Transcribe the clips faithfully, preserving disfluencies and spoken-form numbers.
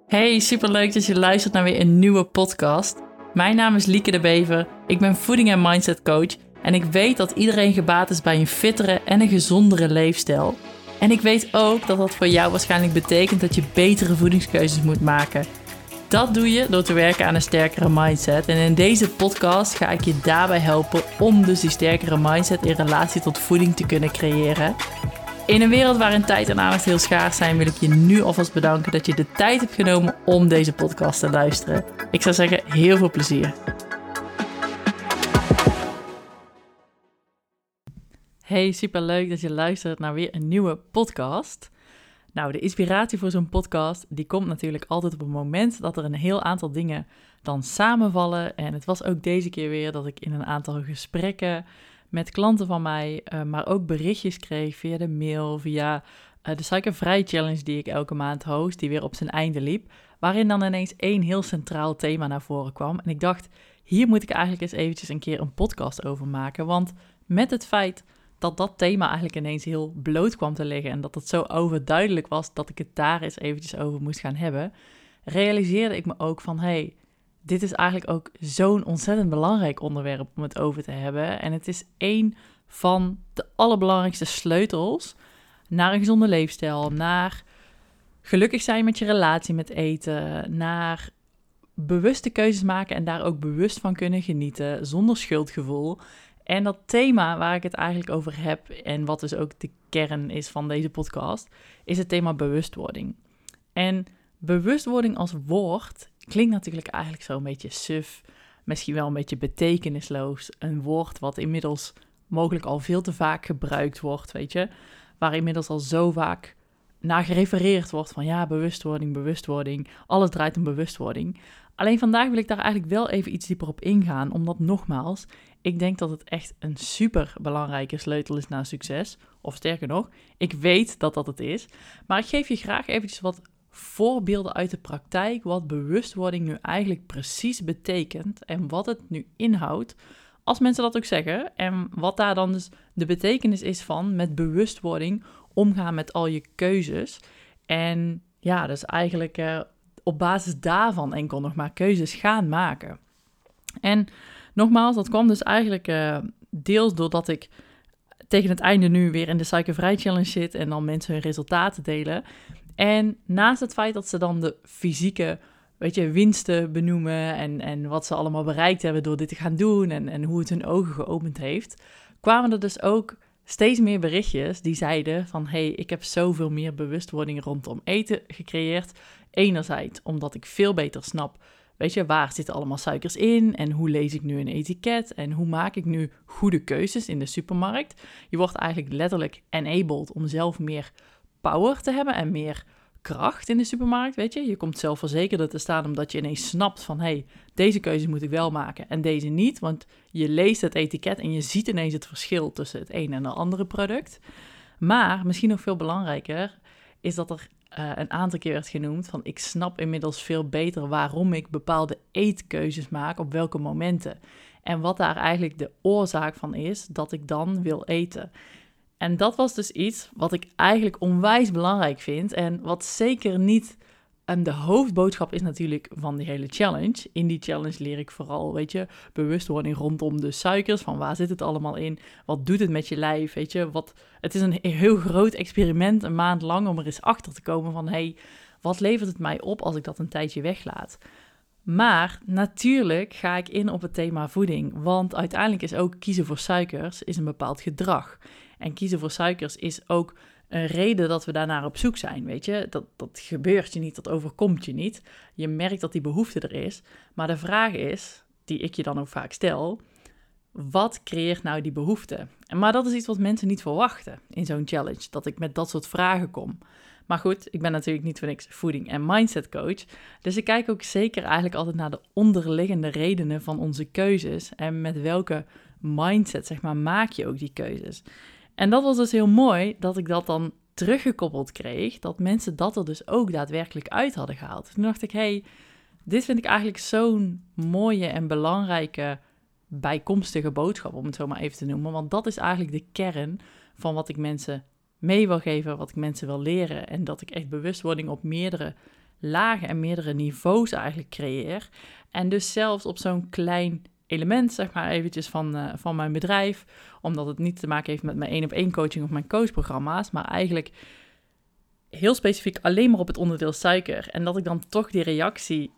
Hey, superleuk dat je luistert naar weer een nieuwe podcast. Mijn naam is Lieke de Bever, ik ben voeding- en mindset coach en ik weet dat iedereen gebaat is bij een fittere en een gezondere leefstijl. En ik weet ook dat dat voor jou waarschijnlijk betekent dat je betere voedingskeuzes moet maken. Dat doe je door te werken aan een sterkere mindset. En in deze podcast ga ik je daarbij helpen om dus die sterkere mindset in relatie tot voeding te kunnen creëren. In een wereld waarin tijd en aandacht heel schaars zijn, wil ik je nu alvast bedanken dat je de tijd hebt genomen om deze podcast te luisteren. Ik zou zeggen, heel veel plezier. Hey, superleuk dat je luistert naar weer een nieuwe podcast. Nou, de inspiratie voor zo'n podcast, die komt natuurlijk altijd op het moment dat er een heel aantal dingen dan samenvallen. En het was ook deze keer weer dat ik in een aantal gesprekken met klanten van mij, uh, maar ook berichtjes kreeg via de mail, via uh, de Suikervrij Challenge die ik elke maand host, die weer op zijn einde liep, waarin dan ineens één heel centraal thema naar voren kwam. En ik dacht, hier moet ik eigenlijk eens eventjes een keer een podcast over maken, want met het feit dat dat thema eigenlijk ineens heel bloot kwam te liggen en dat het zo overduidelijk was dat ik het daar eens eventjes over moest gaan hebben, realiseerde ik me ook van, hey, dit is eigenlijk ook zo'n ontzettend belangrijk onderwerp om het over te hebben. En het is één van de allerbelangrijkste sleutels naar een gezonde leefstijl, naar gelukkig zijn met je relatie met eten, naar bewuste keuzes maken en daar ook bewust van kunnen genieten, zonder schuldgevoel. En dat thema waar ik het eigenlijk over heb en wat dus ook de kern is van deze podcast, is het thema bewustwording. En bewustwording als woord klinkt natuurlijk eigenlijk zo een beetje suf, misschien wel een beetje betekenisloos. Een woord wat inmiddels mogelijk al veel te vaak gebruikt wordt, weet je. Waar inmiddels al zo vaak naar gerefereerd wordt van ja, bewustwording, bewustwording. Alles draait om bewustwording. Alleen vandaag wil ik daar eigenlijk wel even iets dieper op ingaan, omdat nogmaals, ik denk dat het echt een super belangrijke sleutel is naar succes. Of sterker nog, ik weet dat dat het is. Maar ik geef je graag eventjes wat voorbeelden uit de praktijk, wat bewustwording nu eigenlijk precies betekent en wat het nu inhoudt, als mensen dat ook zeggen. En wat daar dan dus de betekenis is van met bewustwording omgaan met al je keuzes. En ja, dus eigenlijk uh, op basis daarvan enkel nog maar keuzes gaan maken. En nogmaals, dat kwam dus eigenlijk uh, deels doordat ik tegen het einde nu weer in de Suikervrij Challenge zit en dan mensen hun resultaten delen. En naast het feit dat ze dan de fysieke, weet je, winsten benoemen en, en wat ze allemaal bereikt hebben door dit te gaan doen en, en hoe het hun ogen geopend heeft, kwamen er dus ook steeds meer berichtjes die zeiden van, hey, ik heb zoveel meer bewustwording rondom eten gecreëerd. Enerzijds omdat ik veel beter snap, weet je, waar zitten allemaal suikers in en hoe lees ik nu een etiket en hoe maak ik nu goede keuzes in de supermarkt. Je wordt eigenlijk letterlijk enabled om zelf meer power te hebben en meer kracht in de supermarkt, weet je. Je komt zelfverzekerder te staan omdat je ineens snapt van, hey, deze keuze moet ik wel maken en deze niet, want je leest het etiket en je ziet ineens het verschil tussen het ene en het andere product. Maar misschien nog veel belangrijker is dat er uh, een aantal keer werd genoemd van, ik snap inmiddels veel beter waarom ik bepaalde eetkeuzes maak op welke momenten. En wat daar eigenlijk de oorzaak van is dat ik dan wil eten. En dat was dus iets wat ik eigenlijk onwijs belangrijk vind en wat zeker niet um, de hoofdboodschap is natuurlijk van die hele challenge. In die challenge leer ik vooral, weet je, bewustwording rondom de suikers, van waar zit het allemaal in, wat doet het met je lijf, weet je. Wat, het is een heel groot experiment, een maand lang, om er eens achter te komen van, hey, wat levert het mij op als ik dat een tijdje weglaat? Maar natuurlijk ga ik in op het thema voeding, want uiteindelijk is ook kiezen voor suikers is een bepaald gedrag. En kiezen voor suikers is ook een reden dat we daarnaar op zoek zijn, weet je. Dat, dat gebeurt je niet, dat overkomt je niet. Je merkt dat die behoefte er is. Maar de vraag is, die ik je dan ook vaak stel, wat creëert nou die behoefte? Maar dat is iets wat mensen niet verwachten in zo'n challenge, dat ik met dat soort vragen kom. Maar goed, ik ben natuurlijk niet voor niks voeding- en mindset coach. Dus ik kijk ook zeker eigenlijk altijd naar de onderliggende redenen van onze keuzes. En met welke mindset, zeg maar, maak je ook die keuzes. En dat was dus heel mooi dat ik dat dan teruggekoppeld kreeg. Dat mensen dat er dus ook daadwerkelijk uit hadden gehaald. Toen dacht ik, hey, dit vind ik eigenlijk zo'n mooie en belangrijke bijkomstige boodschap, om het zo maar even te noemen. Want dat is eigenlijk de kern van wat ik mensen mee wil geven, wat ik mensen wil leren. En dat ik echt bewustwording op meerdere lagen en meerdere niveaus eigenlijk creëer. En dus zelfs op zo'n klein element, zeg maar eventjes van, uh, van mijn bedrijf, omdat het niet te maken heeft met mijn één op één coaching of mijn coachprogramma's, maar eigenlijk heel specifiek alleen maar op het onderdeel suiker. En dat ik dan toch die reactie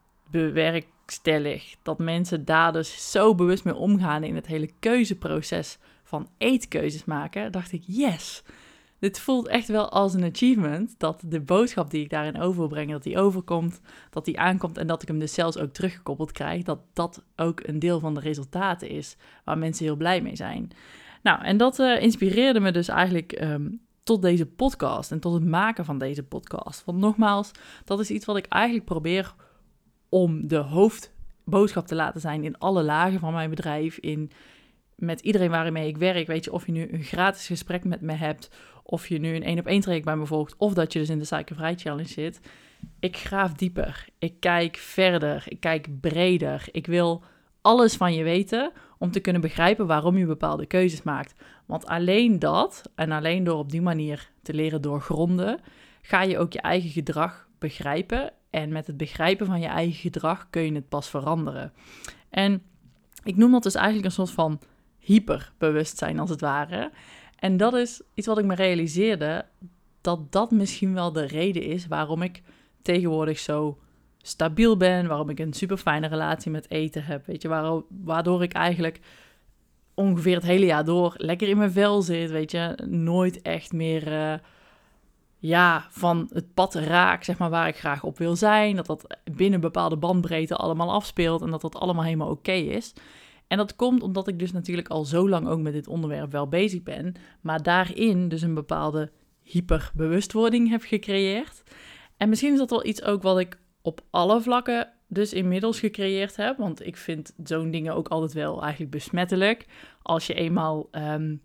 bewerkstellig, dat mensen daar dus zo bewust mee omgaan in het hele keuzeproces van eetkeuzes maken, dacht ik, yes, dit voelt echt wel als een achievement, dat de boodschap die ik daarin overbreng, dat die overkomt, dat die aankomt en dat ik hem dus zelfs ook teruggekoppeld krijg, dat dat ook een deel van de resultaten is, waar mensen heel blij mee zijn. Nou, en dat uh, inspireerde me dus eigenlijk um, tot deze podcast en tot het maken van deze podcast. Want nogmaals, dat is iets wat ik eigenlijk probeer om de hoofdboodschap te laten zijn in alle lagen van mijn bedrijf, in met iedereen waarmee ik werk. Weet je, of je nu een gratis gesprek met me hebt, of je nu een één op één traject bij me volgt, of dat je dus in de Suikervrij Challenge zit. Ik graaf dieper. Ik kijk verder. Ik kijk breder. Ik wil alles van je weten om te kunnen begrijpen waarom je bepaalde keuzes maakt. Want alleen dat, en alleen door op die manier te leren doorgronden, ga je ook je eigen gedrag begrijpen. En met het begrijpen van je eigen gedrag kun je het pas veranderen. En ik noem dat dus eigenlijk een soort van hyperbewustzijn als het ware. En dat is iets wat ik me realiseerde, dat dat misschien wel de reden is waarom ik tegenwoordig zo stabiel ben, waarom ik een super fijne relatie met eten heb, weet je, waardoor ik eigenlijk ongeveer het hele jaar door lekker in mijn vel zit, weet je, nooit echt meer uh, ja, van het pad raak, zeg maar, waar ik graag op wil zijn, dat dat binnen bepaalde bandbreedte allemaal afspeelt en dat dat allemaal helemaal oké is. En dat komt omdat ik dus natuurlijk al zo lang ook met dit onderwerp wel bezig ben, maar daarin dus een bepaalde hyperbewustwording heb gecreëerd. En misschien is dat wel iets ook wat ik op alle vlakken dus inmiddels gecreëerd heb, want ik vind zo'n dingen ook altijd wel eigenlijk besmettelijk. Als je eenmaal um,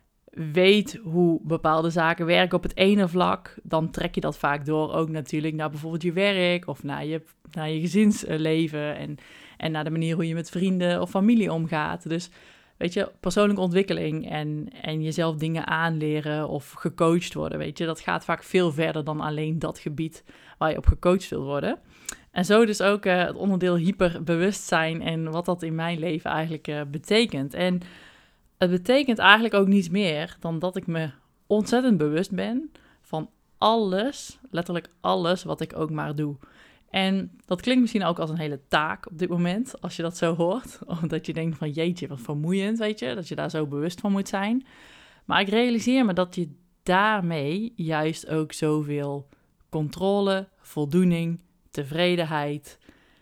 weet hoe bepaalde zaken werken op het ene vlak, dan trek je dat vaak door ook natuurlijk naar bijvoorbeeld je werk of naar je, naar je gezinsleven en, en naar de manier hoe je met vrienden of familie omgaat. Dus weet je, persoonlijke ontwikkeling en, en jezelf dingen aanleren of gecoacht worden, weet je, dat gaat vaak veel verder dan alleen dat gebied waar je op gecoacht wil worden. En zo dus ook uh, het onderdeel hyperbewustzijn en wat dat in mijn leven eigenlijk uh, betekent. En het betekent eigenlijk ook niets meer dan dat ik me ontzettend bewust ben van alles, letterlijk alles wat ik ook maar doe. En dat klinkt misschien ook als een hele taak op dit moment, als je dat zo hoort. Omdat je denkt van jeetje, wat vermoeiend, weet je, dat je daar zo bewust van moet zijn. Maar ik realiseer me dat je daarmee juist ook zoveel controle, voldoening, tevredenheid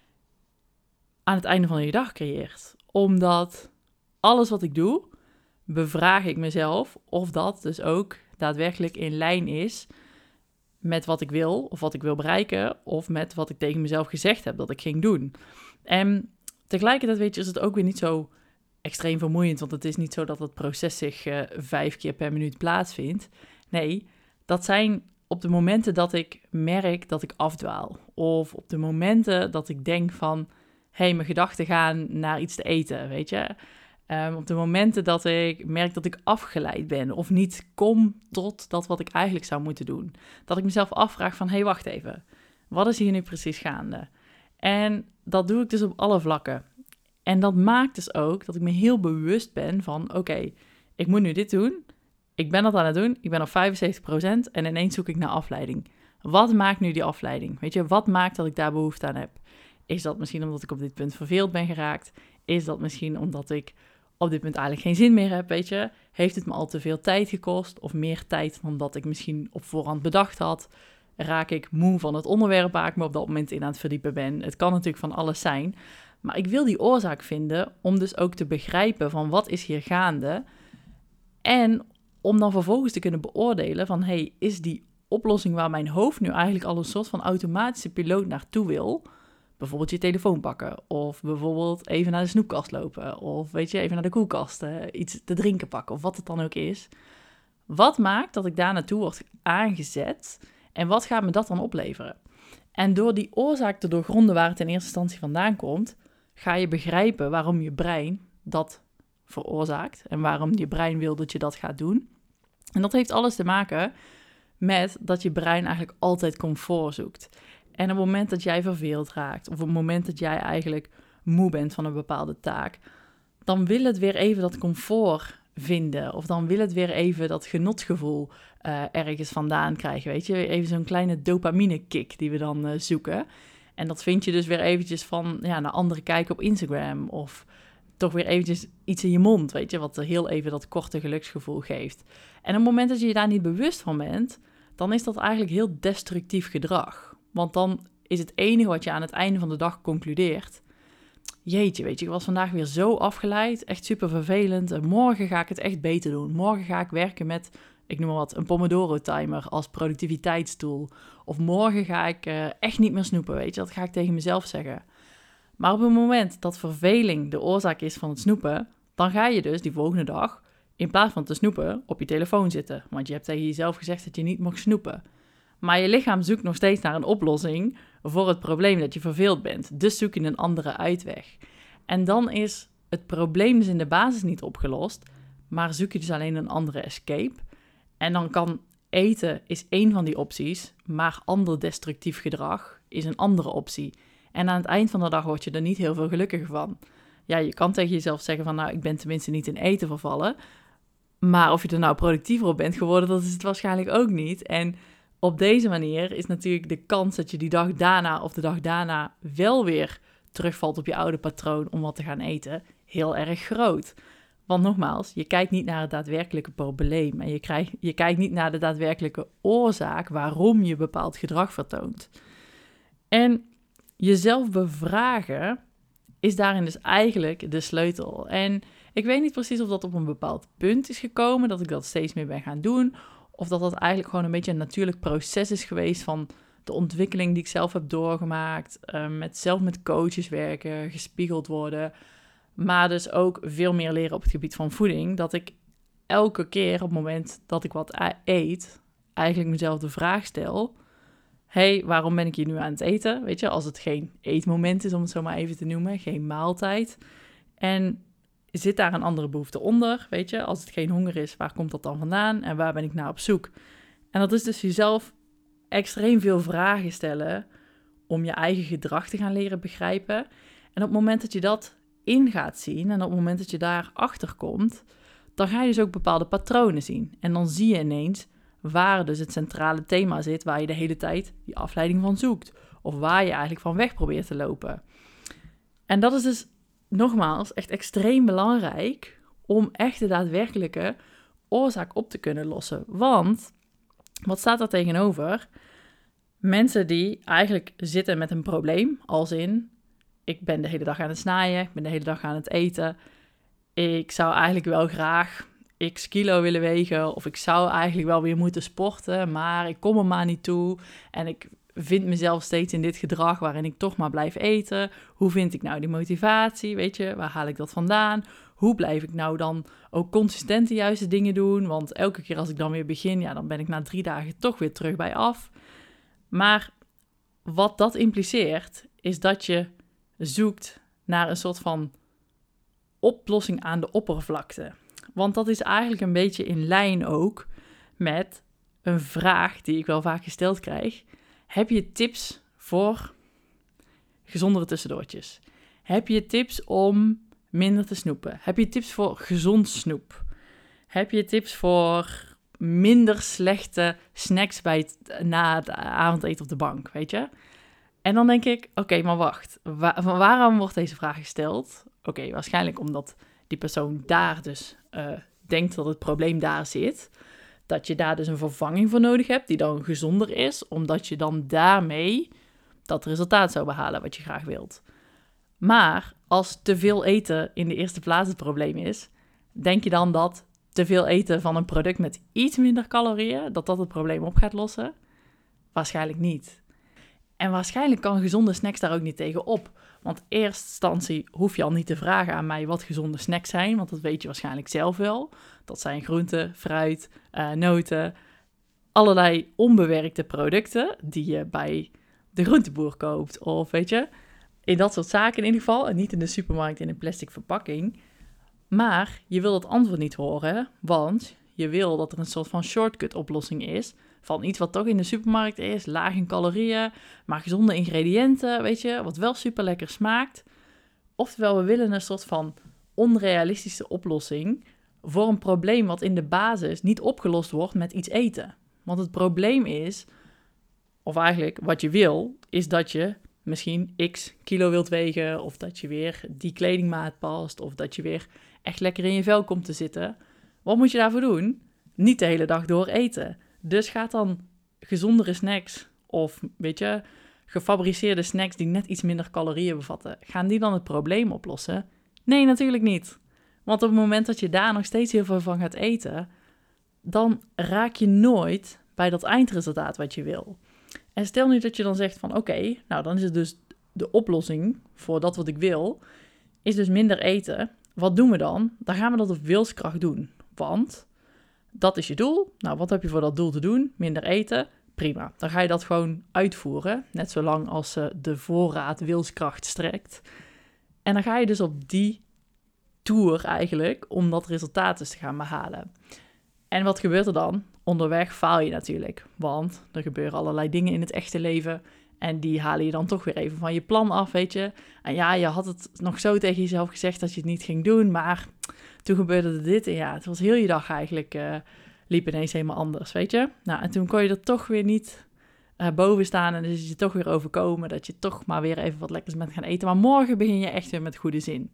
aan het einde van je dag creëert. Omdat alles wat ik doe, bevraag ik mezelf of dat dus ook daadwerkelijk in lijn is met wat ik wil of wat ik wil bereiken of met wat ik tegen mezelf gezegd heb dat ik ging doen. En tegelijkertijd weet je, is het ook weer niet zo extreem vermoeiend, want het is niet zo dat het proces zich uh, vijf keer per minuut plaatsvindt. Nee, dat zijn op de momenten dat ik merk dat ik afdwaal of op de momenten dat ik denk van, hé, hey, mijn gedachten gaan naar iets te eten, weet je. Um, op de momenten dat ik merk dat ik afgeleid ben of niet kom tot dat wat ik eigenlijk zou moeten doen. Dat ik mezelf afvraag van, hé, hey, wacht even. Wat is hier nu precies gaande? En dat doe ik dus op alle vlakken. En dat maakt dus ook dat ik me heel bewust ben van, oké, okay, ik moet nu dit doen. Ik ben dat aan het doen. Ik ben op vijfenzeventig procent en ineens zoek ik naar afleiding. Wat maakt nu die afleiding? Weet je, wat maakt dat ik daar behoefte aan heb? Is dat misschien omdat ik op dit punt verveeld ben geraakt? Is dat misschien omdat ik op dit punt eigenlijk geen zin meer heb, weet je? Heeft het me al te veel tijd gekost of meer tijd dan dat ik misschien op voorhand bedacht had? Raak ik moe van het onderwerp waar ik me op dat moment in aan het verdiepen ben? Het kan natuurlijk van alles zijn, maar ik wil die oorzaak vinden om dus ook te begrijpen van wat is hier gaande en om dan vervolgens te kunnen beoordelen van, hey, is die oplossing waar mijn hoofd nu eigenlijk al een soort van automatische piloot naartoe wil, bijvoorbeeld je telefoon pakken of bijvoorbeeld even naar de snoepkast lopen of weet je, even naar de koelkast uh, iets te drinken pakken of wat het dan ook is. Wat maakt dat ik daar naartoe word aangezet en wat gaat me dat dan opleveren? En door die oorzaak te doorgronden waar het in eerste instantie vandaan komt, ga je begrijpen waarom je brein dat veroorzaakt en waarom je brein wil dat je dat gaat doen. En dat heeft alles te maken met dat je brein eigenlijk altijd comfort zoekt. En op het moment dat jij verveeld raakt, of op het moment dat jij eigenlijk moe bent van een bepaalde taak, dan wil het weer even dat comfort vinden. Of dan wil het weer even dat genotgevoel uh, ergens vandaan krijgen, weet je. Even zo'n kleine dopamine kick die we dan uh, zoeken. En dat vind je dus weer eventjes van, ja, naar anderen kijken op Instagram. Of toch weer eventjes iets in je mond, weet je. Wat heel even dat korte geluksgevoel geeft. En op het moment dat je je daar niet bewust van bent, dan is dat eigenlijk heel destructief gedrag. Want dan is het enige wat je aan het einde van de dag concludeert: jeetje, weet je, ik was vandaag weer zo afgeleid, echt super vervelend. En morgen ga ik het echt beter doen. Morgen ga ik werken met, ik noem maar wat, een Pomodoro-timer als productiviteitstool. Of morgen ga ik uh, echt niet meer snoepen, weet je. Dat ga ik tegen mezelf zeggen. Maar op het moment dat verveling de oorzaak is van het snoepen, dan ga je dus die volgende dag, in plaats van te snoepen, op je telefoon zitten. Want je hebt tegen jezelf gezegd dat je niet mag snoepen. Maar je lichaam zoekt nog steeds naar een oplossing voor het probleem dat je verveeld bent. Dus zoek je een andere uitweg. En dan is het probleem dus in de basis niet opgelost, maar zoek je dus alleen een andere escape. En dan kan eten is één van die opties, maar ander destructief gedrag is een andere optie. En aan het eind van de dag word je er niet heel veel gelukkiger van. Ja, je kan tegen jezelf zeggen van, nou, ik ben tenminste niet in eten vervallen. Maar of je er nou productiever op bent geworden, dat is het waarschijnlijk ook niet. En op deze manier is natuurlijk de kans dat je die dag daarna of de dag daarna wel weer terugvalt op je oude patroon om wat te gaan eten, heel erg groot. Want nogmaals, je kijkt niet naar het daadwerkelijke probleem en je, krijgt, je kijkt niet naar de daadwerkelijke oorzaak waarom je bepaald gedrag vertoont. En jezelf bevragen is daarin dus eigenlijk de sleutel. En ik weet niet precies of dat op een bepaald punt is gekomen, dat ik dat steeds meer ben gaan doen, of dat dat eigenlijk gewoon een beetje een natuurlijk proces is geweest van de ontwikkeling die ik zelf heb doorgemaakt, uh, met zelf met coaches werken, gespiegeld worden, maar dus ook veel meer leren op het gebied van voeding, dat ik elke keer op het moment dat ik wat eet, eigenlijk mezelf de vraag stel: hey, waarom ben ik hier nu aan het eten? Weet je, als het geen eetmoment is, om het zo maar even te noemen, geen maaltijd. En zit daar een andere behoefte onder? Weet je, als het geen honger is, waar komt dat dan vandaan? En waar ben ik naar op zoek? En dat is dus jezelf extreem veel vragen stellen om je eigen gedrag te gaan leren begrijpen. En op het moment dat je dat in gaat zien en op het moment dat je daar achter komt, dan ga je dus ook bepaalde patronen zien. En dan zie je ineens waar dus het centrale thema zit, waar je de hele tijd die afleiding van zoekt. Of waar je eigenlijk van weg probeert te lopen. En dat is dus, nogmaals, echt extreem belangrijk om echt de daadwerkelijke oorzaak op te kunnen lossen. Want, wat staat daar tegenover? Mensen die eigenlijk zitten met een probleem, als in, ik ben de hele dag aan het snijden, ik ben de hele dag aan het eten. Ik zou eigenlijk wel graag x kilo willen wegen, of ik zou eigenlijk wel weer moeten sporten, maar ik kom er maar niet toe. En ik vind mezelf steeds in dit gedrag waarin ik toch maar blijf eten. Hoe vind ik nou die motivatie? Weet je, waar haal ik dat vandaan? Hoe blijf ik nou dan ook consistent de juiste dingen doen? Want elke keer als ik dan weer begin, ja, dan ben ik na drie dagen toch weer terug bij af. Maar wat dat impliceert, is dat je zoekt naar een soort van oplossing aan de oppervlakte. Want dat is eigenlijk een beetje in lijn ook met een vraag die ik wel vaak gesteld krijg. Heb je tips voor gezondere tussendoortjes? Heb je tips om minder te snoepen? Heb je tips voor gezond snoep? Heb je tips voor minder slechte snacks bij het, na het avondeten op de bank, weet je? En dan denk ik, oké, okay, maar wacht. Waar, van waarom wordt deze vraag gesteld? Oké, okay, waarschijnlijk omdat die persoon daar dus uh, denkt dat het probleem daar zit. Dat je daar dus een vervanging voor nodig hebt die dan gezonder is, omdat je dan daarmee dat resultaat zou behalen wat je graag wilt. Maar als te veel eten in de eerste plaats het probleem is, denk je dan dat te veel eten van een product met iets minder calorieën, dat dat het probleem op gaat lossen? Waarschijnlijk niet. En waarschijnlijk kan gezonde snacks daar ook niet tegen op. Want in eerste instantie hoef je al niet te vragen aan mij wat gezonde snacks zijn, want dat weet je waarschijnlijk zelf wel. Dat zijn groenten, fruit, uh, noten, allerlei onbewerkte producten die je bij de groenteboer koopt. Of weet je, in dat soort zaken in ieder geval. En niet in de supermarkt in een plastic verpakking. Maar je wil het antwoord niet horen, want je wil dat er een soort van shortcut oplossing is, van iets wat toch in de supermarkt is, laag in calorieën, maar gezonde ingrediënten, weet je, wat wel super lekker smaakt. Oftewel, we willen een soort van onrealistische oplossing voor een probleem wat in de basis niet opgelost wordt met iets eten. Want het probleem is, of eigenlijk wat je wil, is dat je misschien x kilo wilt wegen, of dat je weer die kledingmaat past, of dat je weer echt lekker in je vel komt te zitten. Wat moet je daarvoor doen? Niet de hele dag door eten. Dus gaat dan gezondere snacks, of weet je, gefabriceerde snacks die net iets minder calorieën bevatten, gaan die dan het probleem oplossen? Nee, natuurlijk niet. Want op het moment dat je daar nog steeds heel veel van gaat eten, dan raak je nooit bij dat eindresultaat wat je wil. En stel nu dat je dan zegt van oké, okay, nou dan is het dus de oplossing voor dat wat ik wil, is dus minder eten. Wat doen we dan? Dan gaan we dat op wilskracht doen. Want dat is je doel. Nou, wat heb je voor dat doel te doen? Minder eten. Prima. Dan ga je dat gewoon uitvoeren. Net zolang als uh, de voorraad wilskracht strekt. En dan ga je dus op die tour eigenlijk om dat resultaat dus te gaan behalen. En wat gebeurt er dan? Onderweg faal je natuurlijk. Want er gebeuren allerlei dingen in het echte leven. En die halen je dan toch weer even van je plan af, weet je. En ja, je had het nog zo tegen jezelf gezegd dat je het niet ging doen. Maar toen gebeurde er dit. En ja, het was heel je dag eigenlijk, uh, liep ineens helemaal anders, weet je. Nou, en toen kon je er toch weer niet uh, boven staan. En dus is je toch weer overkomen dat je toch maar weer even wat lekkers bent gaan eten. Maar morgen begin je echt weer met goede zin.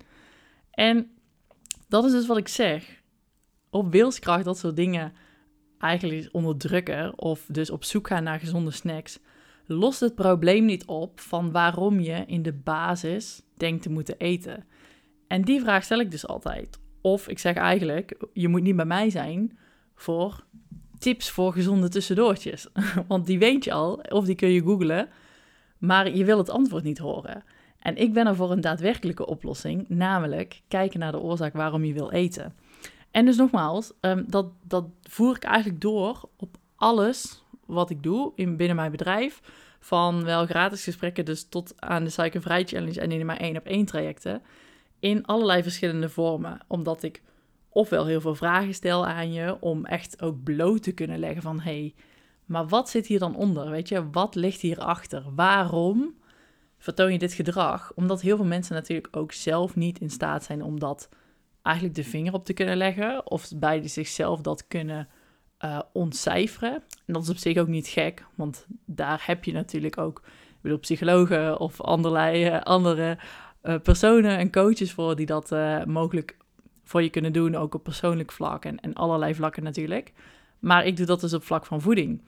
En dat is dus wat ik zeg. Op wilskracht dat soort dingen eigenlijk onderdrukken of dus op zoek gaan naar gezonde snacks, lost het probleem niet op van waarom je in de basis denkt te moeten eten. En die vraag stel ik dus altijd. Of ik zeg eigenlijk, je moet niet bij mij zijn voor tips voor gezonde tussendoortjes. Want die weet je al, of die kun je googlen, maar je wil het antwoord niet horen. En ik ben er voor een daadwerkelijke oplossing, namelijk kijken naar de oorzaak waarom je wil eten. En dus nogmaals, um, dat, dat voer ik eigenlijk door op alles wat ik doe in, binnen mijn bedrijf. Van wel gratis gesprekken dus tot aan de Suikervrij Challenge en in mijn één op één trajecten. In allerlei verschillende vormen. Omdat ik ofwel heel veel vragen stel aan je om echt ook bloot te kunnen leggen van hé, hey, maar wat zit hier dan onder? Weet je, wat ligt hierachter? Waarom vertoon je dit gedrag? Omdat heel veel mensen natuurlijk ook zelf niet in staat zijn om dat eigenlijk de vinger op te kunnen leggen of bij zichzelf dat kunnen uh, ontcijferen. En dat is op zich ook niet gek, want daar heb je natuurlijk ook, ik bedoel, psychologen of allerlei uh, andere uh, personen en coaches voor die dat uh, mogelijk voor je kunnen doen, ook op persoonlijk vlak en, en allerlei vlakken natuurlijk. Maar ik doe dat dus op vlak van voeding.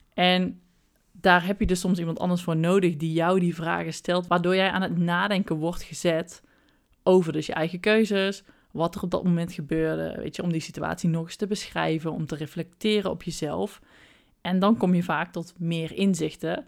En daar heb je dus soms iemand anders voor nodig die jou die vragen stelt, waardoor jij aan het nadenken wordt gezet over dus je eigen keuzes, wat er op dat moment gebeurde, weet je, om die situatie nog eens te beschrijven, om te reflecteren op jezelf. En dan kom je vaak tot meer inzichten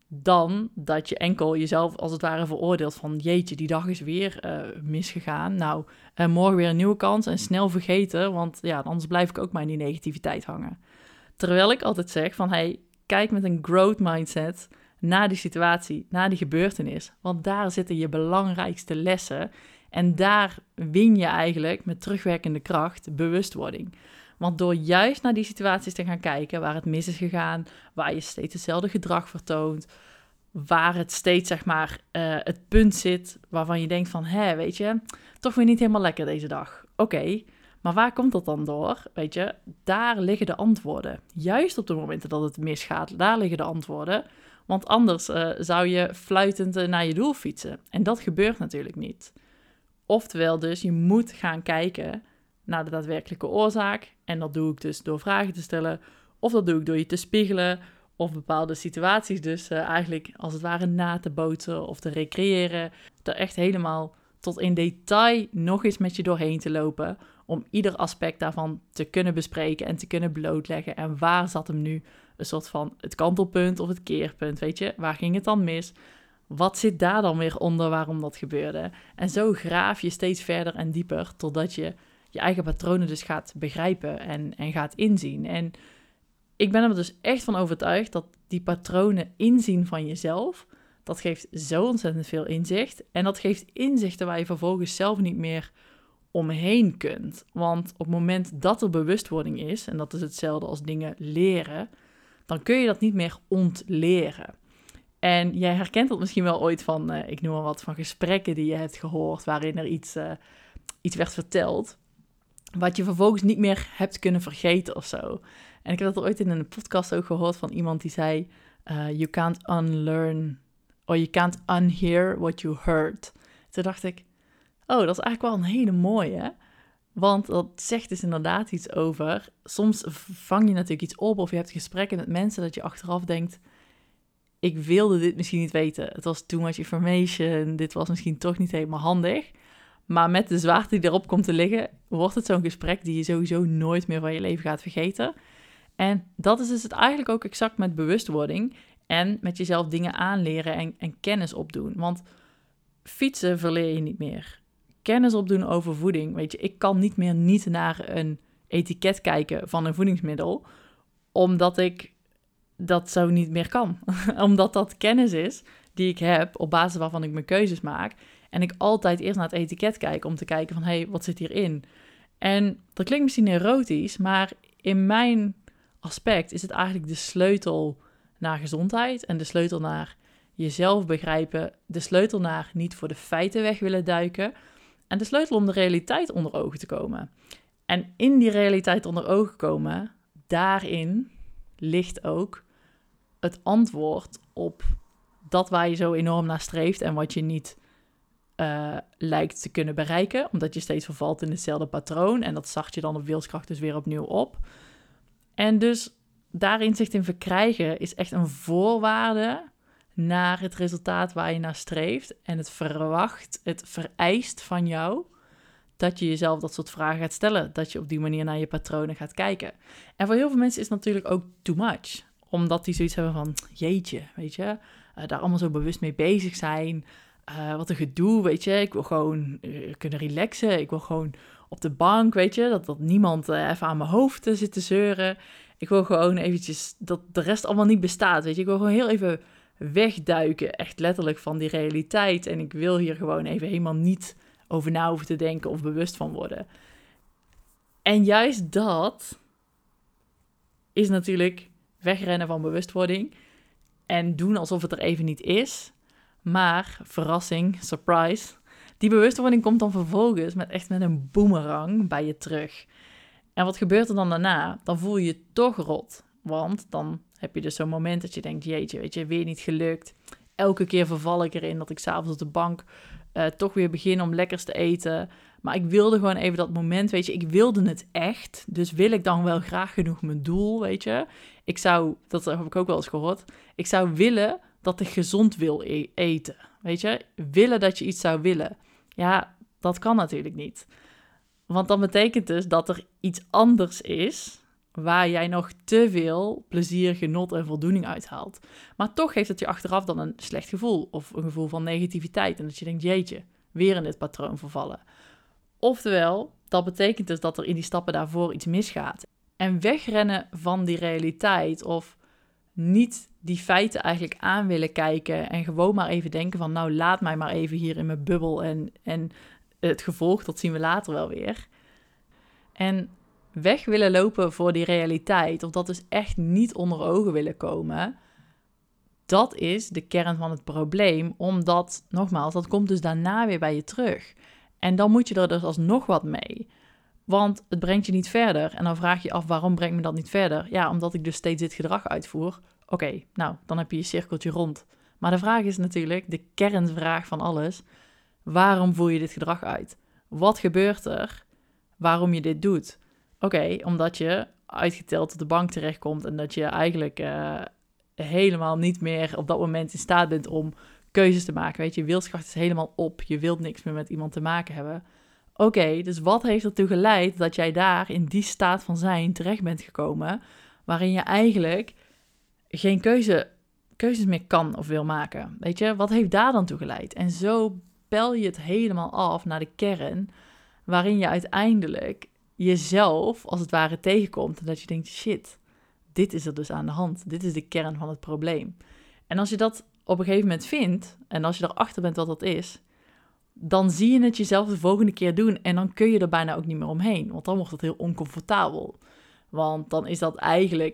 dan dat je enkel jezelf als het ware veroordeelt van jeetje, die dag is weer uh, misgegaan. Nou, uh, morgen weer een nieuwe kans en snel vergeten, want ja, anders blijf ik ook maar in die negativiteit hangen. Terwijl ik altijd zeg van hey, kijk met een growth mindset naar die situatie, naar die gebeurtenis, want daar zitten je belangrijkste lessen. En daar win je eigenlijk met terugwerkende kracht bewustwording. Want door juist naar die situaties te gaan kijken waar het mis is gegaan, waar je steeds hetzelfde gedrag vertoont, waar het steeds zeg maar uh, het punt zit waarvan je denkt van, hé, weet je, toch weer niet helemaal lekker deze dag. Oké, okay, maar waar komt dat dan door? Weet je, daar liggen de antwoorden. Juist op de momenten dat het misgaat, daar liggen de antwoorden. Want anders uh, zou je fluitend uh, naar je doel fietsen. En dat gebeurt natuurlijk niet. Oftewel dus, je moet gaan kijken naar de daadwerkelijke oorzaak. En dat doe ik dus door vragen te stellen. Of dat doe ik door je te spiegelen. Of bepaalde situaties dus uh, eigenlijk als het ware na te bootsen of te recreëren. Er echt helemaal tot in detail nog eens met je doorheen te lopen. Om ieder aspect daarvan te kunnen bespreken en te kunnen blootleggen. En waar zat hem nu een soort van het kantelpunt of het keerpunt, weet je? Waar ging het dan mis? Wat zit daar dan weer onder waarom dat gebeurde? En zo graaf je steeds verder en dieper totdat je je eigen patronen dus gaat begrijpen en, en gaat inzien. En ik ben er dus echt van overtuigd dat die patronen inzien van jezelf, dat geeft zo ontzettend veel inzicht. En dat geeft inzichten waar je vervolgens zelf niet meer omheen kunt. Want op het moment dat er bewustwording is, en dat is hetzelfde als dingen leren, dan kun je dat niet meer ontleren. En jij herkent dat misschien wel ooit van, uh, ik noem maar wat, van gesprekken die je hebt gehoord, waarin er iets, uh, iets werd verteld, wat je vervolgens niet meer hebt kunnen vergeten of zo. En ik heb dat ooit in een podcast ook gehoord van iemand die zei, uh, you can't unlearn, or you can't unhear what you heard. Toen dacht ik, oh, dat is eigenlijk wel een hele mooie, want dat zegt dus inderdaad iets over, soms vang je natuurlijk iets op of je hebt gesprekken met mensen dat je achteraf denkt, ik wilde dit misschien niet weten. Het was too much information. Dit was misschien toch niet helemaal handig. Maar met de zwaarte die erop komt te liggen, wordt het zo'n gesprek die je sowieso nooit meer van je leven gaat vergeten. En dat is dus het eigenlijk ook exact met bewustwording en met jezelf dingen aanleren en, en kennis opdoen. Want fietsen verleer je niet meer. Kennis opdoen over voeding. Weet je, ik kan niet meer niet naar een etiket kijken van een voedingsmiddel, omdat ik dat zo niet meer kan. Omdat dat kennis is die ik heb, op basis waarvan ik mijn keuzes maak. En ik altijd eerst naar het etiket kijk om te kijken van, hé, hey, wat zit hierin? En dat klinkt misschien neurotisch, maar in mijn aspect is het eigenlijk de sleutel naar gezondheid en de sleutel naar jezelf begrijpen, de sleutel naar niet voor de feiten weg willen duiken en de sleutel om de realiteit onder ogen te komen. En in die realiteit onder ogen komen, daarin ligt ook het antwoord op dat waar je zo enorm naar streeft en wat je niet uh, lijkt te kunnen bereiken, omdat je steeds vervalt in hetzelfde patroon en dat zacht je dan op wilskracht dus weer opnieuw op. En dus daar inzicht in verkrijgen is echt een voorwaarde naar het resultaat waar je naar streeft en het verwacht, het vereist van jou dat je jezelf dat soort vragen gaat stellen, dat je op die manier naar je patronen gaat kijken. En voor heel veel mensen is het natuurlijk ook too much, omdat die zoiets hebben van, jeetje, weet je, uh, daar allemaal zo bewust mee bezig zijn, uh, wat een gedoe, weet je, ik wil gewoon uh, kunnen relaxen, ik wil gewoon op de bank, weet je, dat, dat niemand uh, even aan mijn hoofd uh, zit te zeuren, ik wil gewoon eventjes, dat de rest allemaal niet bestaat, weet je, ik wil gewoon heel even wegduiken, echt letterlijk van die realiteit en ik wil hier gewoon even helemaal niet over na hoeven te denken of bewust van worden. En juist dat is natuurlijk wegrennen van bewustwording en doen alsof het er even niet is. Maar, verrassing, surprise, die bewustwording komt dan vervolgens met echt met een boemerang bij je terug. En wat gebeurt er dan daarna? Dan voel je je toch rot. Want dan heb je dus zo'n moment dat je denkt, jeetje, weet je, weer niet gelukt. Elke keer verval ik erin dat ik s'avonds op de bank uh, toch weer begin om lekkers te eten. Maar ik wilde gewoon even dat moment, weet je, ik wilde het echt. Dus wil ik dan wel graag genoeg mijn doel, weet je. Ik zou, dat heb ik ook wel eens gehoord, ik zou willen dat ik gezond wil e- eten, weet je. Willen dat je iets zou willen. Ja, dat kan natuurlijk niet. Want dat betekent dus dat er iets anders is waar jij nog te veel plezier, genot en voldoening uithaalt. Maar toch geeft het je achteraf dan een slecht gevoel of een gevoel van negativiteit. En dat je denkt, jeetje, weer in dit patroon vervallen. Oftewel, dat betekent dus dat er in die stappen daarvoor iets misgaat. En wegrennen van die realiteit of niet die feiten eigenlijk aan willen kijken en gewoon maar even denken van, nou laat mij maar even hier in mijn bubbel en, en het gevolg, dat zien we later wel weer. En weg willen lopen voor die realiteit, of dat dus echt niet onder ogen willen komen, dat is de kern van het probleem, omdat, nogmaals, dat komt dus daarna weer bij je terug. En dan moet je er dus alsnog wat mee, want het brengt je niet verder. En dan vraag je af, waarom brengt me dat niet verder? Ja, omdat ik dus steeds dit gedrag uitvoer. Oké, okay, nou, dan heb je je cirkeltje rond. Maar de vraag is natuurlijk, de kernvraag van alles, waarom voer je dit gedrag uit? Wat gebeurt er waarom je dit doet? Oké, okay, omdat je uitgeteld op de bank terechtkomt en dat je eigenlijk uh, helemaal niet meer op dat moment in staat bent om keuzes te maken. Weet je, je wilskracht is helemaal op. Je wilt niks meer met iemand te maken hebben. Oké, okay, dus wat heeft ertoe geleid dat jij daar in die staat van zijn terecht bent gekomen, waarin je eigenlijk geen keuze, keuzes meer kan of wil maken? Weet je, wat heeft daar dan toe geleid? En zo pel je het helemaal af naar de kern, waarin je uiteindelijk jezelf als het ware tegenkomt en dat je denkt, shit, dit is er dus aan de hand. Dit is de kern van het probleem. En als je dat op een gegeven moment vindt en als je erachter bent wat dat is, dan zie je het jezelf de volgende keer doen en dan kun je er bijna ook niet meer omheen, want dan wordt het heel oncomfortabel. Want dan is dat eigenlijk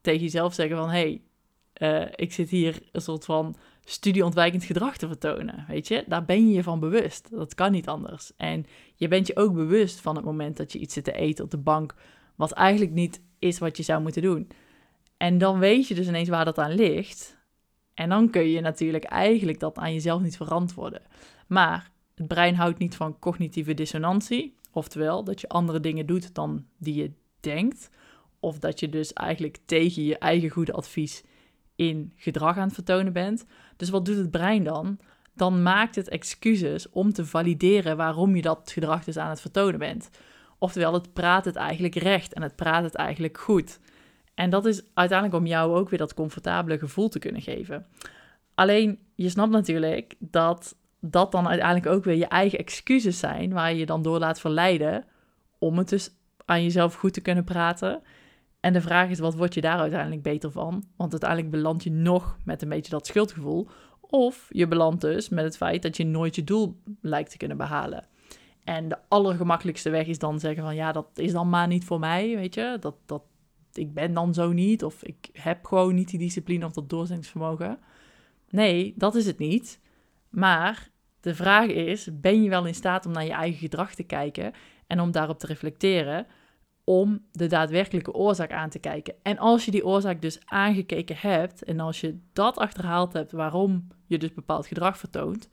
tegen jezelf zeggen van... hé, hey, uh, ik zit hier een soort van studieontwijkend gedrag te vertonen, weet je? Daar ben je je van bewust. Dat kan niet anders. En je bent je ook bewust van het moment dat je iets zit te eten op de bank... wat eigenlijk niet is wat je zou moeten doen. En dan weet je dus ineens waar dat aan ligt. En dan kun je natuurlijk eigenlijk dat aan jezelf niet verantwoorden. Maar het brein houdt niet van cognitieve dissonantie. Oftewel, dat je andere dingen doet dan die je denkt. Of dat je dus eigenlijk tegen je eigen goede advies in gedrag aan het vertonen bent. Dus wat doet het brein dan? Dan maakt het excuses om te valideren waarom je dat gedrag dus aan het vertonen bent. Oftewel, het praat het eigenlijk recht en het praat het eigenlijk goed. En dat is uiteindelijk om jou ook weer dat comfortabele gevoel te kunnen geven. Alleen, je snapt natuurlijk dat dat dan uiteindelijk ook weer je eigen excuses zijn... waar je je dan door laat verleiden om het dus aan jezelf goed te kunnen praten. En de vraag is, wat word je daar uiteindelijk beter van? Want uiteindelijk beland je nog met een beetje dat schuldgevoel... of je belandt dus met het feit dat je nooit je doel lijkt te kunnen behalen. En de allergemakkelijkste weg is dan zeggen van... ja, dat is dan maar niet voor mij, weet je. Dat, dat, ik ben dan zo niet of ik heb gewoon niet die discipline of dat doorzettingsvermogen. Nee, dat is het niet. Maar de vraag is, ben je wel in staat om naar je eigen gedrag te kijken... en om daarop te reflecteren... om de daadwerkelijke oorzaak aan te kijken. En als je die oorzaak dus aangekeken hebt... en als je dat achterhaald hebt waarom je dus bepaald gedrag vertoont...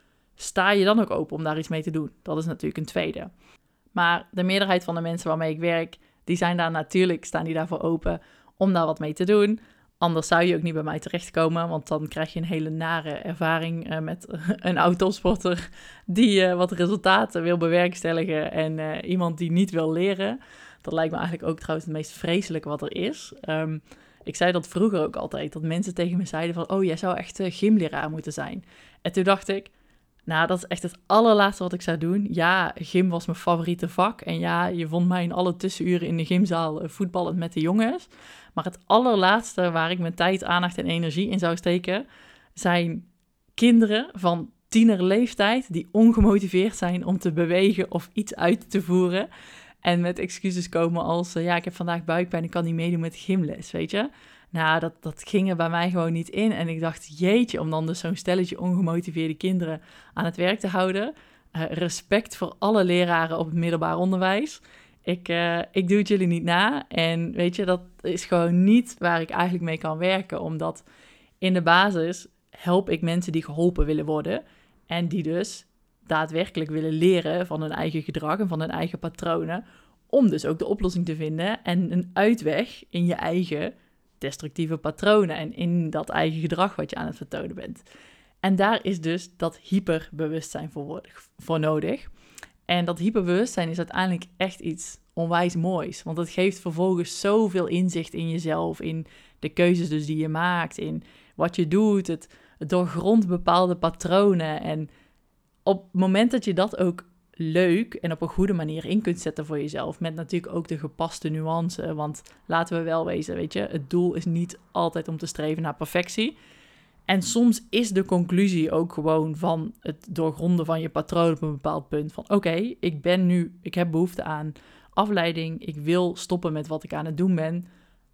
sta je dan ook open om daar iets mee te doen? Dat is natuurlijk een tweede. Maar de meerderheid van de mensen waarmee ik werk... die zijn daar natuurlijk, staan die daarvoor open om daar wat mee te doen. Anders zou je ook niet bij mij terechtkomen... want dan krijg je een hele nare ervaring uh, met een oud-topsporter... die uh, wat resultaten wil bewerkstelligen... en uh, iemand die niet wil leren... Dat lijkt me eigenlijk ook trouwens het meest vreselijke wat er is. Um, ik zei dat vroeger ook altijd, dat mensen tegen me zeiden van... oh, jij zou echt uh, gymleraar moeten zijn. En toen dacht ik, nou, dat is echt het allerlaatste wat ik zou doen. Ja, gym was mijn favoriete vak. En ja, je vond mij in alle tussenuren in de gymzaal uh, voetballend met de jongens. Maar het allerlaatste waar ik mijn tijd, aandacht en energie in zou steken... zijn kinderen van tienerleeftijd die ongemotiveerd zijn om te bewegen of iets uit te voeren... En met excuses komen als, uh, ja, ik heb vandaag buikpijn, ik kan niet meedoen met gymles, weet je. Nou, dat, dat ging er bij mij gewoon niet in. En ik dacht, jeetje, om dan dus zo'n stelletje ongemotiveerde kinderen aan het werk te houden. Uh, respect voor alle leraren op het middelbaar onderwijs. Ik, uh, ik doe het jullie niet na. En weet je, dat is gewoon niet waar ik eigenlijk mee kan werken. Omdat in de basis help ik mensen die geholpen willen worden. En die dus... daadwerkelijk willen leren van hun eigen gedrag en van hun eigen patronen, om dus ook de oplossing te vinden en een uitweg in je eigen destructieve patronen en in dat eigen gedrag wat je aan het vertonen bent. En daar is dus dat hyperbewustzijn voor, voor nodig. En dat hyperbewustzijn is uiteindelijk echt iets onwijs moois, want het geeft vervolgens zoveel inzicht in jezelf, in de keuzes dus die je maakt, in wat je doet, het, het doorgrondt bepaalde patronen en op het moment dat je dat ook leuk en op een goede manier in kunt zetten voor jezelf, met natuurlijk ook de gepaste nuance, want laten we wel wezen, weet je, het doel is niet altijd om te streven naar perfectie. En soms is de conclusie ook gewoon van het doorgronden van je patroon op een bepaald punt van, oké, okay, ik ben nu, ik heb behoefte aan afleiding, ik wil stoppen met wat ik aan het doen ben,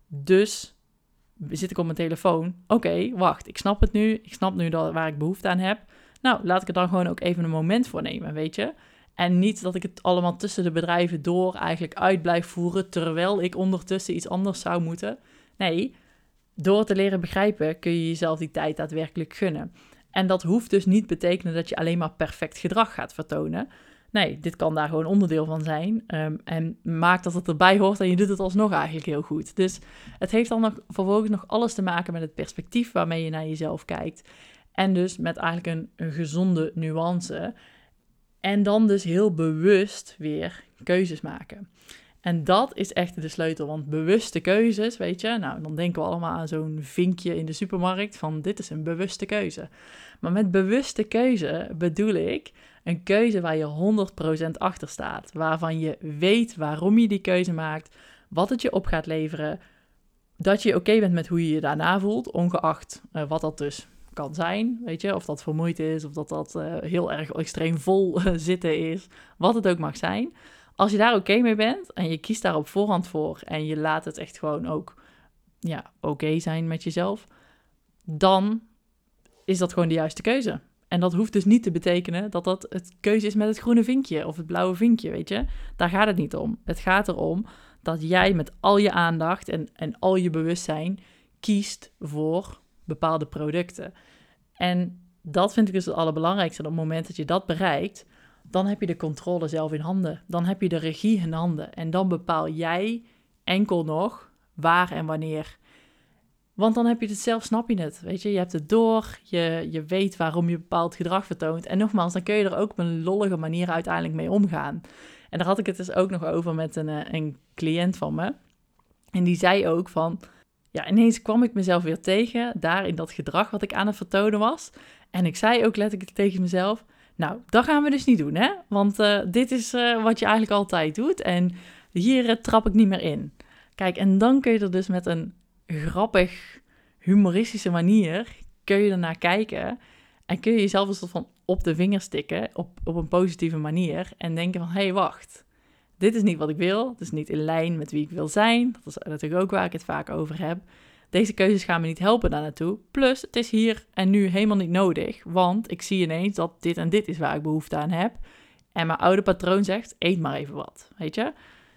dus zit ik op mijn telefoon, oké, okay, wacht, ik snap het nu, ik snap nu dat, waar ik behoefte aan heb. Nou, laat ik er dan gewoon ook even een moment voor nemen, weet je. En niet dat ik het allemaal tussen de bedrijven door eigenlijk uit blijf voeren, terwijl ik ondertussen iets anders zou moeten. Nee, door te leren begrijpen kun je jezelf die tijd daadwerkelijk gunnen. En dat hoeft dus niet betekenen dat je alleen maar perfect gedrag gaat vertonen. Nee, dit kan daar gewoon onderdeel van zijn. Um, en maak dat het erbij hoort en je doet het alsnog eigenlijk heel goed. Dus het heeft dan nog, vervolgens nog alles te maken met het perspectief waarmee je naar jezelf kijkt. En dus met eigenlijk een, een gezonde nuance. En dan dus heel bewust weer keuzes maken. En dat is echt de sleutel, want bewuste keuzes, weet je, nou, dan denken we allemaal aan zo'n vinkje in de supermarkt van dit is een bewuste keuze. Maar met bewuste keuze bedoel ik een keuze waar je honderd procent achter staat, waarvan je weet waarom je die keuze maakt, wat het je op gaat leveren, dat je oké okay bent met hoe je je daarna voelt, ongeacht uh, wat dat dus kan zijn, weet je, of dat vermoeid is, of dat dat uh, heel erg extreem vol uh, zitten is, wat het ook mag zijn. Als je daar oké okay mee bent en je kiest daar op voorhand voor en je laat het echt gewoon ook ja, oké zijn met jezelf, dan is dat gewoon de juiste keuze. En dat hoeft dus niet te betekenen dat dat het keuze is met het groene vinkje of het blauwe vinkje, weet je. Daar gaat het niet om. Het gaat erom dat jij met al je aandacht en, en al je bewustzijn kiest voor bepaalde producten. En dat vind ik dus het allerbelangrijkste. Op het moment dat je dat bereikt, dan heb je de controle zelf in handen. Dan heb je de regie in handen. En dan bepaal jij enkel nog waar en wanneer. Want dan heb je het zelf, snap je het. Weet je, je hebt het door, je, je weet waarom je bepaald gedrag vertoont. En nogmaals, dan kun je er ook op een lollige manier uiteindelijk mee omgaan. En daar had ik het dus ook nog over met een, een cliënt van me. En die zei ook van, ja, ineens kwam ik mezelf weer tegen, daar in dat gedrag wat ik aan het vertonen was. En ik zei ook letterlijk tegen mezelf, nou, dat gaan we dus niet doen, hè. Want uh, dit is uh, wat je eigenlijk altijd doet en hier uh, trap ik niet meer in. Kijk, en dan kun je er dus met een grappig, humoristische manier, kun je ernaar kijken en kun je jezelf een soort van op de vinger stikken, op, op een positieve manier en denken van, hé, hey, wacht, dit is niet wat ik wil, het is niet in lijn met wie ik wil zijn, dat is natuurlijk ook waar ik het vaak over heb. Deze keuzes gaan me niet helpen daar naartoe, plus het is hier en nu helemaal niet nodig, want ik zie ineens dat dit en dit is waar ik behoefte aan heb en mijn oude patroon zegt, eet maar even wat, weet je.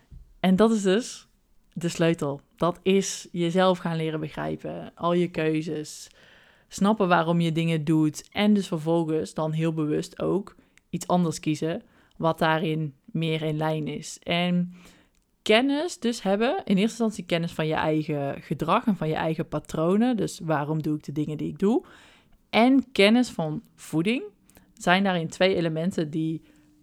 En dat is dus de sleutel. Dat is jezelf gaan leren begrijpen. Al je keuzes. Snappen waarom je dingen doet. En dus vervolgens dan heel bewust ook iets anders kiezen. Wat daarin meer in lijn is. En kennis dus hebben. In eerste instantie kennis van je eigen gedrag. En van je eigen patronen. Dus waarom doe ik de dingen die ik doe. En kennis van voeding. Zijn daarin twee elementen die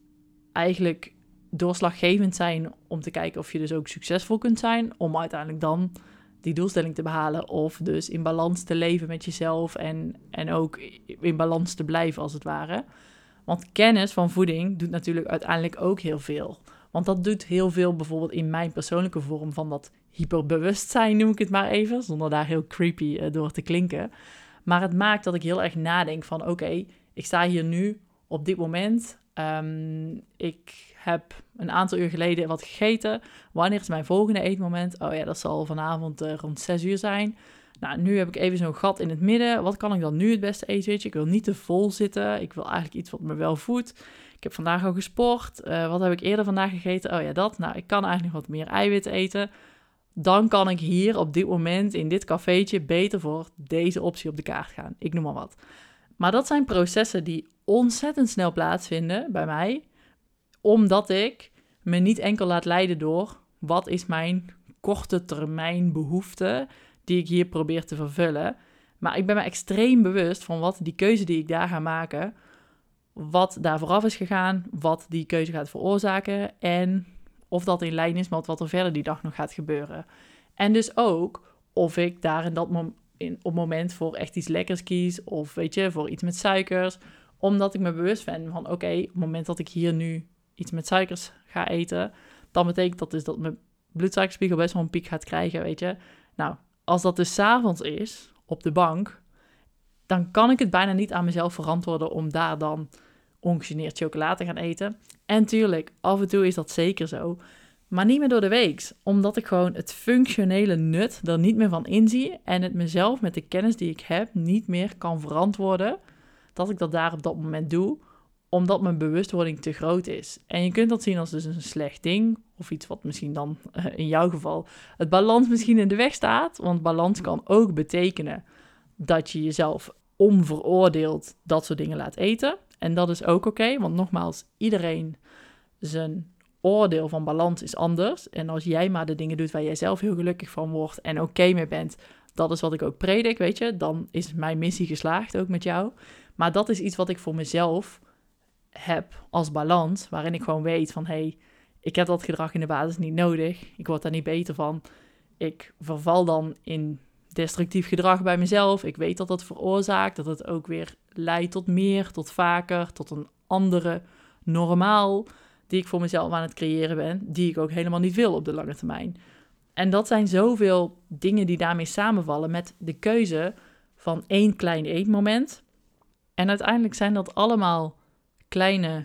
eigenlijk doorslaggevend zijn om te kijken of je dus ook succesvol kunt zijn, om uiteindelijk dan die doelstelling te behalen of dus in balans te leven met jezelf en, en ook in balans te blijven als het ware. Want kennis van voeding doet natuurlijk uiteindelijk ook heel veel. Want dat doet heel veel bijvoorbeeld in mijn persoonlijke vorm van dat hyperbewustzijn, noem ik het maar even, zonder daar heel creepy uh, door te klinken. Maar het maakt dat ik heel erg nadenk van oké, okay, ik sta hier nu op dit moment. Um, ik heb een aantal uur geleden wat gegeten. Wanneer is mijn volgende eetmoment? Oh ja, dat zal vanavond uh, rond zes uur zijn. Nou, nu heb ik even zo'n gat in het midden. Wat kan ik dan nu het beste eten? Weet je? Ik wil niet te vol zitten. Ik wil eigenlijk iets wat me wel voedt. Ik heb vandaag al gesport. Uh, wat heb ik eerder vandaag gegeten? Oh ja, dat. Nou, ik kan eigenlijk nog wat meer eiwit eten. Dan kan ik hier op dit moment in dit cafeetje beter voor deze optie op de kaart gaan. Ik noem maar wat. Maar dat zijn processen die ontzettend snel plaatsvinden bij mij, omdat ik me niet enkel laat leiden door wat is mijn korte termijn behoefte die ik hier probeer te vervullen. Maar ik ben me extreem bewust van wat die keuze die ik daar ga maken, wat daar vooraf is gegaan, wat die keuze gaat veroorzaken en of dat in lijn is met wat er verder die dag nog gaat gebeuren. En dus ook of ik daar in dat moment In, op het moment voor echt iets lekkers kies of weet je, voor iets met suikers. Omdat ik me bewust ben van oké, okay, op het moment dat ik hier nu iets met suikers ga eten, dan betekent dat dus dat mijn bloedsuikerspiegel best wel een piek gaat krijgen, weet je. Nou, als dat dus 's avonds is, op de bank, dan kan ik het bijna niet aan mezelf verantwoorden om daar dan ongegeneerd chocola te gaan eten. En tuurlijk, af en toe is dat zeker zo. Maar niet meer door de week, omdat ik gewoon het functionele nut er niet meer van inzie en het mezelf met de kennis die ik heb niet meer kan verantwoorden dat ik dat daar op dat moment doe, omdat mijn bewustwording te groot is. En je kunt dat zien als dus een slecht ding, of iets wat misschien dan uh, in jouw geval het balans misschien in de weg staat, want balans kan ook betekenen dat je jezelf onveroordeeld dat soort dingen laat eten. En dat is ook oké, okay, want nogmaals, iedereen zijn oordeel van balans is anders. En als jij maar de dingen doet waar jij zelf heel gelukkig van wordt en oké okay mee bent, dat is wat ik ook predik, weet je. Dan is mijn missie geslaagd, ook met jou. Maar dat is iets wat ik voor mezelf heb als balans, waarin ik gewoon weet van, hé, hey, ik heb dat gedrag in de basis niet nodig. Ik word daar niet beter van. Ik verval dan in destructief gedrag bij mezelf. Ik weet dat dat veroorzaakt, dat het ook weer leidt tot meer, tot vaker, tot een andere normaal die ik voor mezelf aan het creëren ben, die ik ook helemaal niet wil op de lange termijn. En dat zijn zoveel dingen die daarmee samenvallen met de keuze van één klein eetmoment. En uiteindelijk zijn dat allemaal kleine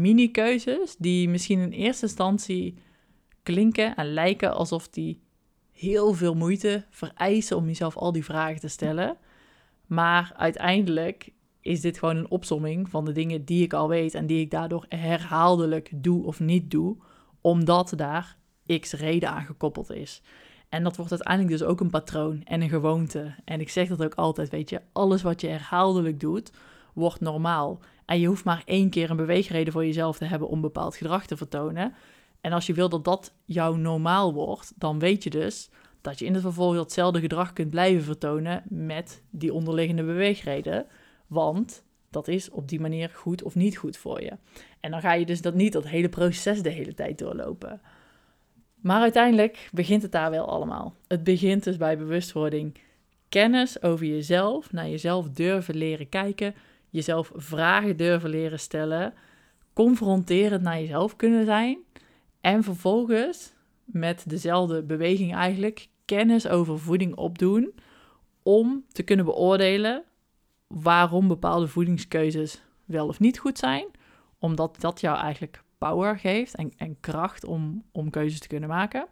mini-keuzes die misschien in eerste instantie klinken en lijken alsof die heel veel moeite vereisen om jezelf al die vragen te stellen. Maar uiteindelijk is dit gewoon een opsomming van de dingen die ik al weet en die ik daardoor herhaaldelijk doe of niet doe, omdat daar x reden aan gekoppeld is. En dat wordt uiteindelijk dus ook een patroon en een gewoonte. En ik zeg dat ook altijd, weet je, alles wat je herhaaldelijk doet, wordt normaal. En je hoeft maar één keer een beweegreden voor jezelf te hebben om bepaald gedrag te vertonen. En als je wil dat dat jouw normaal wordt, dan weet je dus dat je in het vervolg hetzelfde gedrag kunt blijven vertonen met die onderliggende beweegreden. Want dat is op die manier goed of niet goed voor je. En dan ga je dus dat niet dat hele proces de hele tijd doorlopen. Maar uiteindelijk begint het daar wel allemaal. Het begint dus bij bewustwording. Kennis over jezelf, naar jezelf durven leren kijken, jezelf vragen durven leren stellen, confronterend naar jezelf kunnen zijn en vervolgens met dezelfde beweging eigenlijk kennis over voeding opdoen om te kunnen beoordelen waarom bepaalde voedingskeuzes wel of niet goed zijn, omdat dat jou eigenlijk power geeft en, en kracht om, om keuzes te kunnen maken.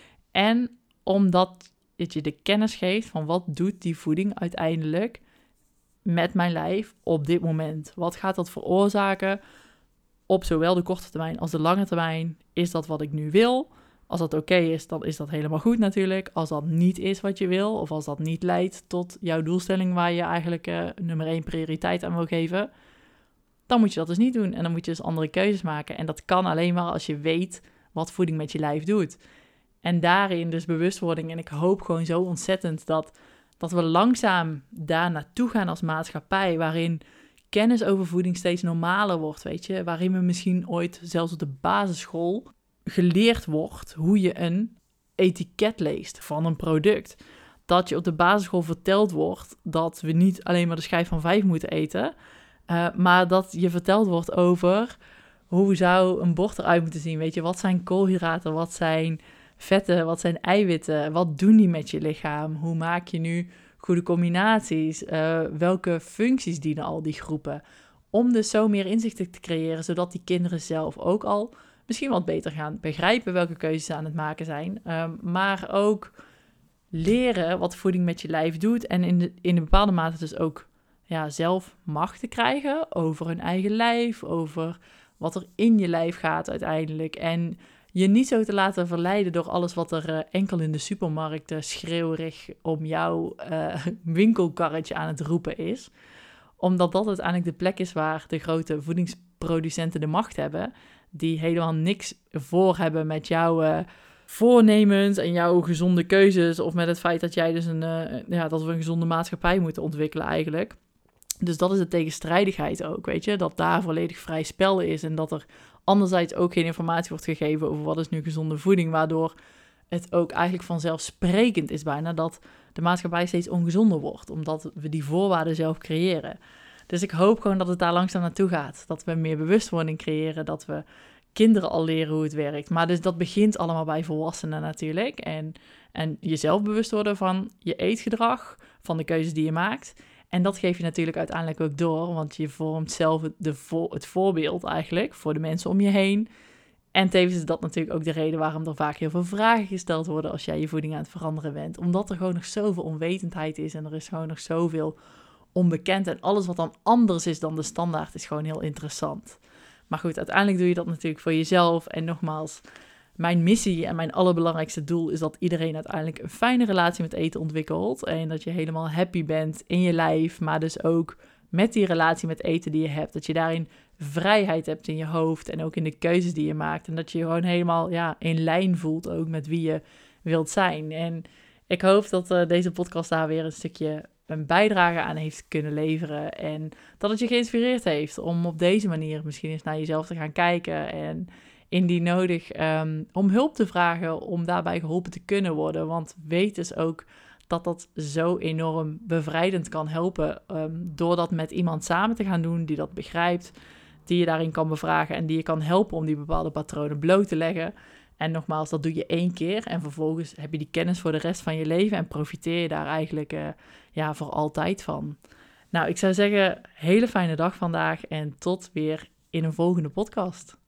En omdat het je de kennis geeft van wat doet die voeding uiteindelijk met mijn lijf op dit moment. Wat gaat dat veroorzaken op zowel de korte termijn als de lange termijn? Is dat wat ik nu wil? Als dat oké is, dan is dat helemaal goed natuurlijk. Als dat niet is wat je wil, of als dat niet leidt tot jouw doelstelling waar je eigenlijk uh, nummer één prioriteit aan wil geven, dan moet je dat dus niet doen. En dan moet je dus andere keuzes maken. En dat kan alleen maar als je weet wat voeding met je lijf doet. En daarin dus bewustwording. En ik hoop gewoon zo ontzettend dat, dat we langzaam daar naartoe gaan als maatschappij, waarin kennis over voeding steeds normaler wordt, weet je. Waarin we misschien ooit zelfs op de basisschool geleerd wordt hoe je een etiket leest van een product. Dat je op de basisschool verteld wordt dat we niet alleen maar de schijf van vijf moeten eten, uh, maar dat je verteld wordt over hoe zou een bord eruit moeten zien. Weet je, wat zijn koolhydraten, wat zijn vetten, wat zijn eiwitten, wat doen die met je lichaam? Hoe maak je nu goede combinaties? Uh, welke functies dienen al die groepen? Om dus zo meer inzichten te creëren, zodat die kinderen zelf ook al misschien wat beter gaan begrijpen welke keuzes ze aan het maken zijn. Um, maar ook leren wat voeding met je lijf doet. En in, de, in een bepaalde mate dus ook ja, zelf macht te krijgen over hun eigen lijf. Over wat er in je lijf gaat uiteindelijk. En je niet zo te laten verleiden door alles wat er uh, enkel in de supermarkten schreeuwerig om jouw uh, winkelkarretje aan het roepen is. Omdat dat uiteindelijk de plek is waar de grote voedingsproducenten de macht hebben, die helemaal niks voor hebben met jouw uh, voornemens en jouw gezonde keuzes, of met het feit dat jij dus een, uh, ja, dat we een gezonde maatschappij moeten ontwikkelen eigenlijk. Dus dat is de tegenstrijdigheid ook, weet je, dat daar volledig vrij spel is en dat er anderzijds ook geen informatie wordt gegeven over wat is nu gezonde voeding, waardoor het ook eigenlijk vanzelfsprekend is bijna dat de maatschappij steeds ongezonder wordt, omdat we die voorwaarden zelf creëren. Dus ik hoop gewoon dat het daar langzaam naartoe gaat. Dat we meer bewustwording creëren, dat we kinderen al leren hoe het werkt. Maar dus dat begint allemaal bij volwassenen natuurlijk. En, en jezelf bewust worden van je eetgedrag, van de keuzes die je maakt. En dat geef je natuurlijk uiteindelijk ook door, want je vormt zelf het, de vo- het voorbeeld eigenlijk voor de mensen om je heen. En tevens is dat natuurlijk ook de reden waarom er vaak heel veel vragen gesteld worden als jij je voeding aan het veranderen bent. Omdat er gewoon nog zoveel onwetendheid is en er is gewoon nog zoveel onbekend. En alles wat dan anders is dan de standaard is gewoon heel interessant. Maar goed, uiteindelijk doe je dat natuurlijk voor jezelf. En nogmaals, mijn missie en mijn allerbelangrijkste doel is dat iedereen uiteindelijk een fijne relatie met eten ontwikkelt. En dat je helemaal happy bent in je lijf, maar dus ook met die relatie met eten die je hebt. Dat je daarin vrijheid hebt in je hoofd en ook in de keuzes die je maakt. En dat je je gewoon helemaal ja, in lijn voelt ook met wie je wilt zijn. En ik hoop dat uh, deze podcast daar weer een stukje een bijdrage aan heeft kunnen leveren. En dat het je geïnspireerd heeft om op deze manier misschien eens naar jezelf te gaan kijken. En indien nodig um, om hulp te vragen om daarbij geholpen te kunnen worden. Want weet dus ook dat dat zo enorm bevrijdend kan helpen. Um, door dat met iemand samen te gaan doen die dat begrijpt. Die je daarin kan bevragen en die je kan helpen om die bepaalde patronen bloot te leggen. En nogmaals, dat doe je één keer en vervolgens heb je die kennis voor de rest van je leven en profiteer je daar eigenlijk uh, ja, voor altijd van. Nou, ik zou zeggen, hele fijne dag vandaag en tot weer in een volgende podcast.